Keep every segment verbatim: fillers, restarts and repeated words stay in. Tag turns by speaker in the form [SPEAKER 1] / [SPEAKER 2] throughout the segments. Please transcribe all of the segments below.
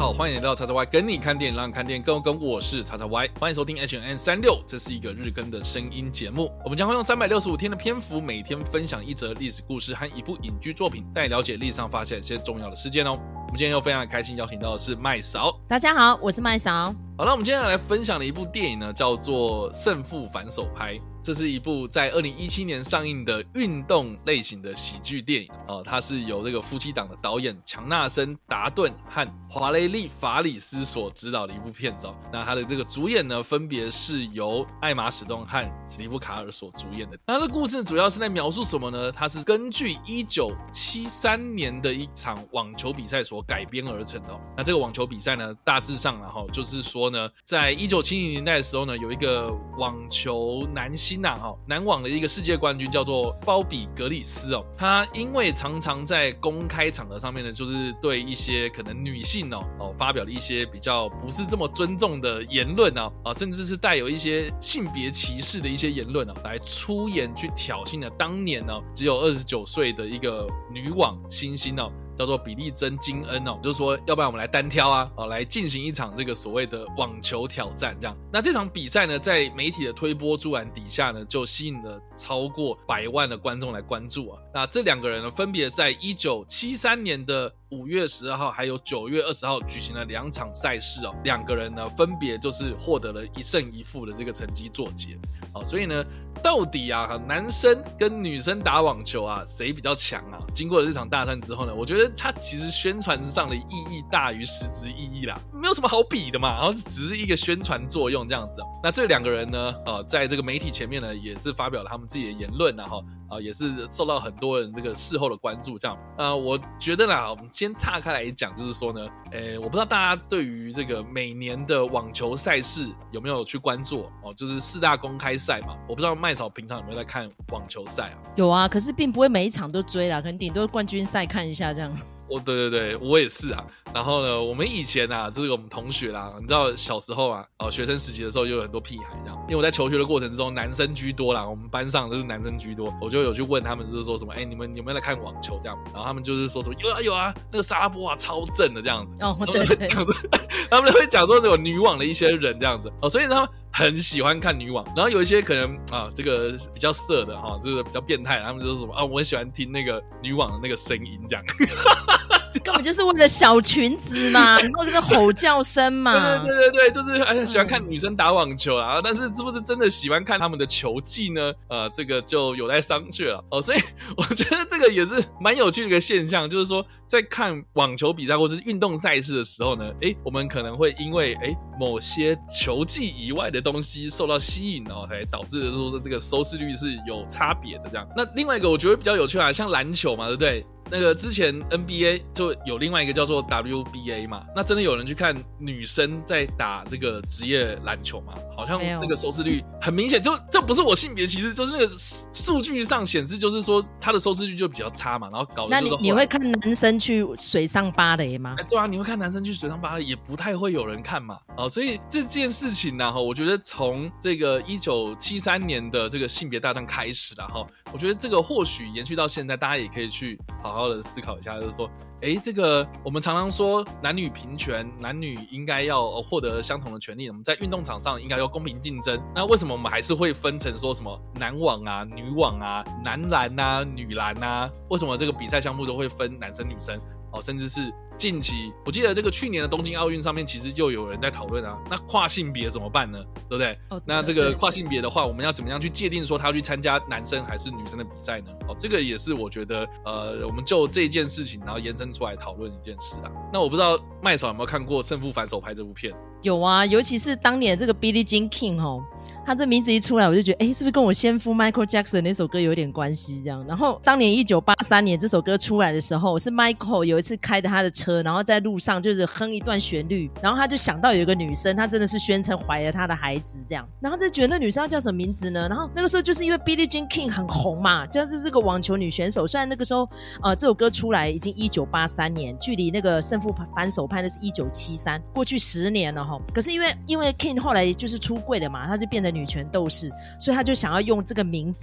[SPEAKER 1] 好，欢迎来到叉叉 Y 跟你看电影，让你看电影更有梗。我是叉叉 Y， 欢迎收听 H N N 三六，这是一个日更的声音节目。我们将会用三百六十五天的篇幅，每天分享一则历史故事和一部影剧作品，带你了解历史上发生一些重要的事件哦。我们今天又非常的开心，邀请到的是麦嫂。
[SPEAKER 2] 大家好，我是麦嫂。
[SPEAKER 1] 好，那我们今天要来分享的一部电影呢，叫做《胜负反手拍》。这是一部在二零一七年上映的运动类型的喜剧电影、哦、它是由这个夫妻档的导演强纳森·达顿和华雷利·法里斯所执导的一部片子、哦、那它的这个主演呢，分别是由艾玛·史东和史蒂夫·卡尔所主演的。那它的故事主要是在描述什么呢？它是根据一九七三年的一场网球比赛所改编而成的、哦、那这个网球比赛呢，大致上然后就是说呢，在一九七零年代的时候呢，有一个网球男星男网的一个世界冠军叫做鲍比·格里斯哦，他因为常常在公开场合上面呢，就是对一些可能女性哦哦发表了一些比较不是这么尊重的言论啊啊，甚至是带有一些性别歧视的一些言论哦，来出言去挑衅了当年呢只有二十九岁的一个女网新星哦。叫做比利珍·金恩哦，就是说，要不然我们来单挑啊，哦，来进行一场这个所谓的网球挑战，这样。那这场比赛呢，在媒体的推波助澜底下呢，就吸引了超过百万的观众来关注啊。那这两个人呢，分别在一九七三年的五月十二号还有九月二十号举行了两场赛事哦，两个人呢分别就是获得了一胜一负的这个成绩作结。好，所以呢，到底啊，男生跟女生打网球啊，谁比较强啊？经过了这场大战之后呢，我觉得它其实宣传上的意义大于实质意义啦，没有什么好比的嘛，然后只是一个宣传作用这样子哦。那这两个人呢，呃，在这个媒体前面呢，也是发表了他们自己的言论，然后啊，也是受到很多人这个事后的关注，这样。呃，我觉得啦，我们先岔开来讲，就是说呢，诶，我不知道大家对于这个每年的网球赛事有没有去关注哦？就是四大公开赛嘛，我不知道麦嫂平常有没有在看网球赛啊？
[SPEAKER 2] 有啊，可是并不会每一场都追啦，可能顶多冠军赛看一下这样。
[SPEAKER 1] 哦，对对对，我也是啊。然后呢，我们以前啊，这个我们同学啦，你知道小时候啊，哦，学生时期的时候就有很多屁孩这样。因为我在求学的过程之中，男生居多啦，我们班上都是男生居多，我就有去问他们，就是说什么，哎，你们有没有在看网球这样？然后他们就是说什么，有啊有啊，那个莎拉波娃超正的这样子。
[SPEAKER 2] 哦，对对对，
[SPEAKER 1] 他们会讲说有女网的一些人这样子，哦，所以他们很喜欢看女网。然后有一些可能啊，这个比较色的哈，这个比较变态，他们就是什么啊，我很喜欢听那个女网的那个声音这样。
[SPEAKER 2] 根本就是为了小裙子嘛，那个吼叫声嘛。
[SPEAKER 1] 对对对对，就是哎喜欢看女生打网球啦，但是是不是真的喜欢看他们的球技呢？呃，这个就有待商榷了哦。所以我觉得这个也是蛮有趣的一个现象，就是说在看网球比赛或者是运动赛事的时候呢，哎，我们可能会因为哎某些球技以外的东西受到吸引哦，才导致说这个收视率是有差别的这样。那另外一个我觉得比较有趣啊，像篮球嘛，对不对？那个之前 N B A 就有另外一个叫做 W B A 嘛，那真的有人去看女生在打这个职业篮球吗？好像那个收视率很明显，就这不是我性别歧视，就是那个数据上显示，就是说它的收视率就比较差嘛，然后搞得就是。
[SPEAKER 2] 那你你会看男生去水上芭蕾吗？
[SPEAKER 1] 哎，对啊，你会看男生去水上芭蕾，也不太会有人看嘛。哦，所以这件事情呢、啊，我觉得从这个一九七三年的这个性别大战开始啦，哈，我觉得这个或许延续到现在，大家也可以去好好。好的思考一下，就是说，哎，这个我们常常说男女平权，男女应该要获得相同的权利，我们在运动场上应该要公平竞争。那为什么我们还是会分成说什么男网啊、女网啊、男篮啊、女篮啊？为什么这个比赛项目都会分男生女生？哦，甚至是近期，我记得这个去年的东京奥运上面，其实就有人在讨论啊，那跨性别怎么办呢？对不对？哦、那这个跨性别的话，我们要怎么样去界定说他要去参加男生还是女生的比赛呢？哦，这个也是我觉得，呃，我们就这件事情，然后延伸出来讨论一件事啊。那我不知道麦嫂有没有看过《胜负反手拍》这部片？
[SPEAKER 2] 有啊，尤其是当年这个 Billie Jean King 哦，他这名字一出来，我就觉得，哎，是不是跟我先夫 Michael Jackson 那首歌有点关系？这样，然后当年一九八三年这首歌出来的时候，是 Michael 有一次开着他的车，然后在路上就是哼一段旋律，然后他就想到有一个女生，她真的是宣称怀了他的孩子这样，然后他就觉得那女生要叫什么名字呢？然后那个时候就是因为 Billie Jean King 很红嘛，就是这个网球女选手，虽然那个时候呃这首歌出来已经一九八三年，距离那个胜负反手拍的是一九七三，过去十年了哈。可是因为因为 King 后来就是出柜了嘛，他就变成女权斗士，所以他就想要用这个名字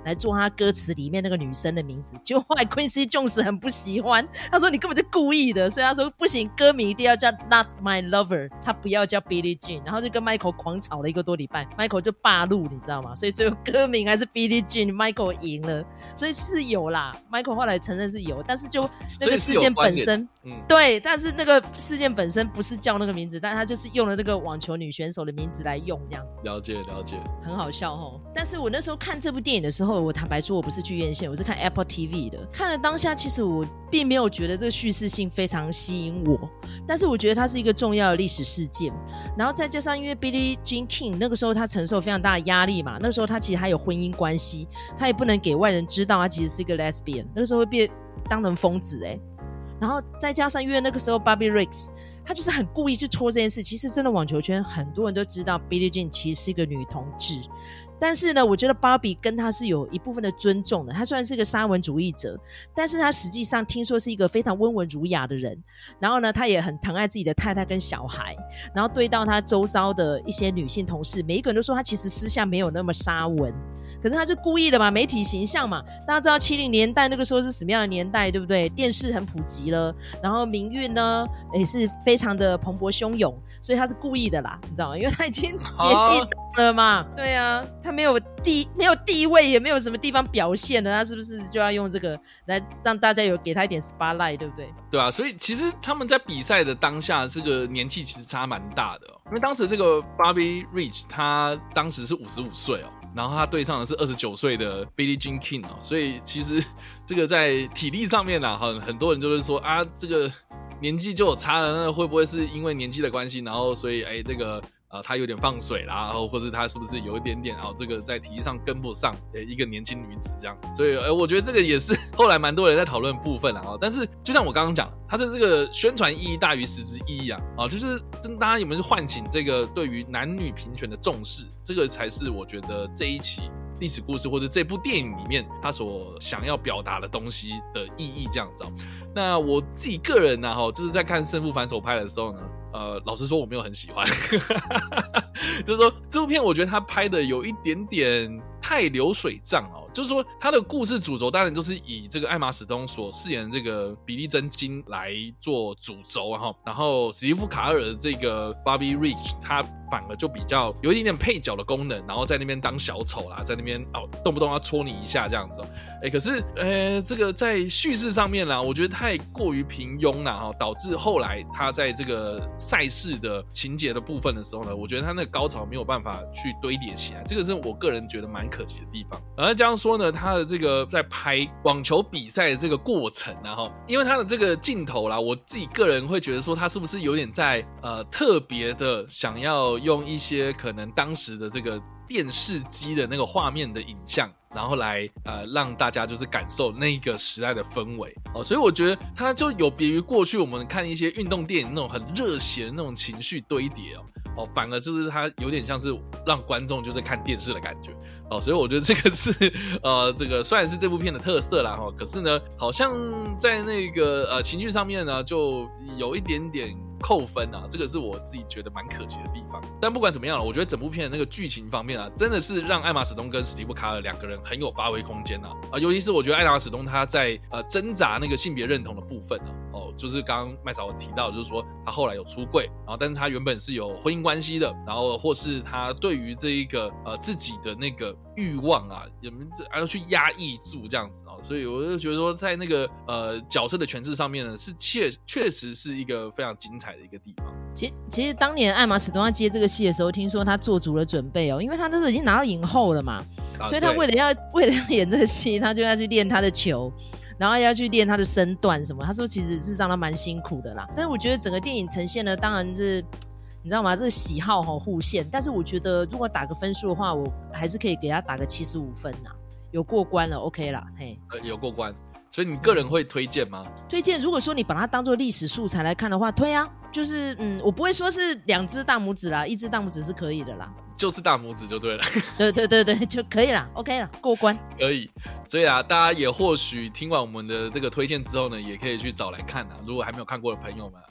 [SPEAKER 2] 来做他歌词里面那个女生的名字，结果后来 Quincy Jones 很不喜欢，他说你根本就故意的，所以他说不行，歌名一定要叫 Not My Lover， 他不要叫 Billie Jean， 然后就跟 Michael 狂吵了一个多礼拜， Michael 就罢录你知道吗？所以最后歌名还是 Billie Jean， Michael 赢了，所以是有啦， Michael 后来承认是有，但是就那个事件本身、嗯、对，但是那个事件本身不是叫那个名字，但他就是用了那个网球女选手的名字来用这样子，
[SPEAKER 1] 了解了解，
[SPEAKER 2] 很好笑齁。但是我那时候看这部电影的时候，我坦白说我不是去院线，我是看 Apple T V 的，看了当下其实我并没有觉得这个叙事性非常吸引我，但是我觉得它是一个重要的历史事件，然后再加上因为 Billie Jean King 那个时候他承受非常大的压力嘛，那个时候他其实还有婚姻关系，他也不能给外人知道他其实是一个 lesbian， 那个时候会被当成疯子欸，然后再加上因为那个时候 Bobby Riggs 他就是很故意去戳这件事，其实真的网球圈很多人都知道 Billie Jean 其实是一个女同志，但是呢我觉得 Bobby 跟他是有一部分的尊重的，他虽然是个沙文主义者，但是他实际上听说是一个非常温文儒雅的人，然后呢他也很疼爱自己的太太跟小孩，然后对到他周遭的一些女性同事，每一个人都说他其实私下没有那么沙文，可是他就故意的嘛，媒体形象嘛，大家知道七零年代那个时候是什么样的年代对不对，电视很普及了，然后民运呢也是非常的蓬勃汹涌，所以他是故意的啦，你知道吗？因为他已经年纪大了嘛，对啊，他没有地没有地位，也没有什么地方表现了，他是不是就要用这个来让大家有给他一点 spotlight 对不对？
[SPEAKER 1] 对啊，所以其实他们在比赛的当下这个年纪其实差蛮大的、哦、因为当时这个 Bobby Riggs 他当时是五十五岁哦，然后他对上的是二十九岁的 Billie Jean King 哦，所以其实这个在体力上面啊，很很多人就是说啊，这个年纪就有差了，那会不会是因为年纪的关系，然后所以哎这个呃他有点放水啦，然后或是他是不是有一点点哦这个在体力上跟不上呃一个年轻女子这样，所以呃我觉得这个也是后来蛮多人在讨论部分啦，哦，但是就像我刚刚讲，它的这个宣传意义大于实质意义啊，哦就是真大家有没有唤醒这个对于男女平权的重视，这个才是我觉得这一期历史故事或者这部电影里面他所想要表达的东西的意义这样子、哦、那我自己个人呢、啊、就是在看胜负反手拍的时候呢，呃，老实说我没有很喜欢就是说这部片我觉得他拍的有一点点太流水账哦，就是说他的故事主轴当然就是以这个艾玛史东所饰演的这个比利珍金来做主轴，然后然后史蒂夫卡尔的这个 Bobby Riggs 他反而就比较有一点点配角的功能，然后在那边当小丑啦，在那边哦动不动要戳你一下这样子、哦欸、可是呃这个在叙事上面啦，我觉得太过于平庸啦、哦、导致后来他在这个赛事的情节的部分的时候呢，我觉得他那个高潮没有办法去堆叠起来，这个是我个人觉得蛮可惜的地方。而这样说呢，他的这个在拍网球比赛的这个过程啊，因为他的这个镜头啦，我自己个人会觉得说他是不是有点在呃特别的想要用一些可能当时的这个电视机的那个画面的影像，然后来呃让大家就是感受那个时代的氛围哦，所以我觉得它就有别于过去我们看一些运动电影那种很热血的那种情绪堆叠哦，哦反而就是它有点像是让观众就是看电视的感觉哦，所以我觉得这个是呃这个虽然是这部片的特色啦哈、哦，可是呢好像在那个呃情绪上面呢就有一点点扣分啊，这个是我自己觉得蛮可惜的地方。但不管怎么样，我觉得整部片的那个剧情方面啊，真的是让艾玛史东跟史蒂夫卡尔两个人很有发挥空间啊。啊，尤其是我觉得艾玛史东他在呃挣扎那个性别认同的部分啊，哦，就是刚刚麦嫂提到的，就是说他后来有出柜，然后但是他原本是有婚姻关系的，然后或是他对于这一个呃自己的那个欲望啊，有没有要去压抑住这样子哦，所以我就觉得说在那个呃角色的诠释上面呢，是确确实是一个非常精彩的一个地方。
[SPEAKER 2] 其其实当年艾玛史东要接这个戏的时候，听说他做足了准备哦，因为他那时候已经拿到影后了嘛，啊、所以他为了要为了要演这个戏，他就要去练他的球，然后要去练他的身段什么。他说其实是让他蛮辛苦的啦，但是我觉得整个电影呈现呢，当然是你知道吗？这个喜好哈互现，但是我觉得如果打个分数的话，我还是可以给他打个七十五分啦，有过关了 ，OK 啦，嘿，
[SPEAKER 1] 呃，有过关。所以你个人会推荐吗？
[SPEAKER 2] 推荐，如果说你把它当作历史素材来看的话，推啊，就是嗯，我不会说是两只大拇指啦，一只大拇指是可以的啦，
[SPEAKER 1] 就是大拇指就对了。
[SPEAKER 2] 对对对对，就可以啦 ，OK 啦，过关
[SPEAKER 1] 可以。所以啊，大家也或许听完我们的这个推荐之后呢，也可以去找来看啊。如果还没有看过的朋友们、啊，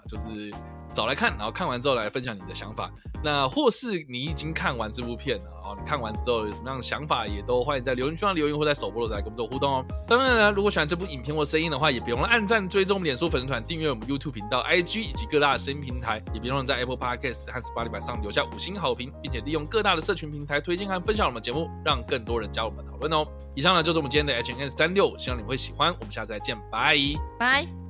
[SPEAKER 1] 就是找来看，然后看完之后来分享你的想法。那或是你已经看完这部片了，哦，你看完之后有什么样的想法，也都欢迎在留言区上留言，或在首播的时候来跟我们做互动哦。当然呢，如果喜欢这部影片或声音的话，也别忘了按赞、追踪我们脸书粉丝团、订阅我们 YouTube 频道、I G 以及各大的声音平台，也别忘了在 Apple Podcast 和 Spotify 上留下五星好评，并且利用各大的社群平台推荐和分享我们的节目，让更多人加入我们的讨论哦。以上呢就是我们今天的 H N S 三六，希望你们会喜欢。我们下次再见，拜
[SPEAKER 2] 拜。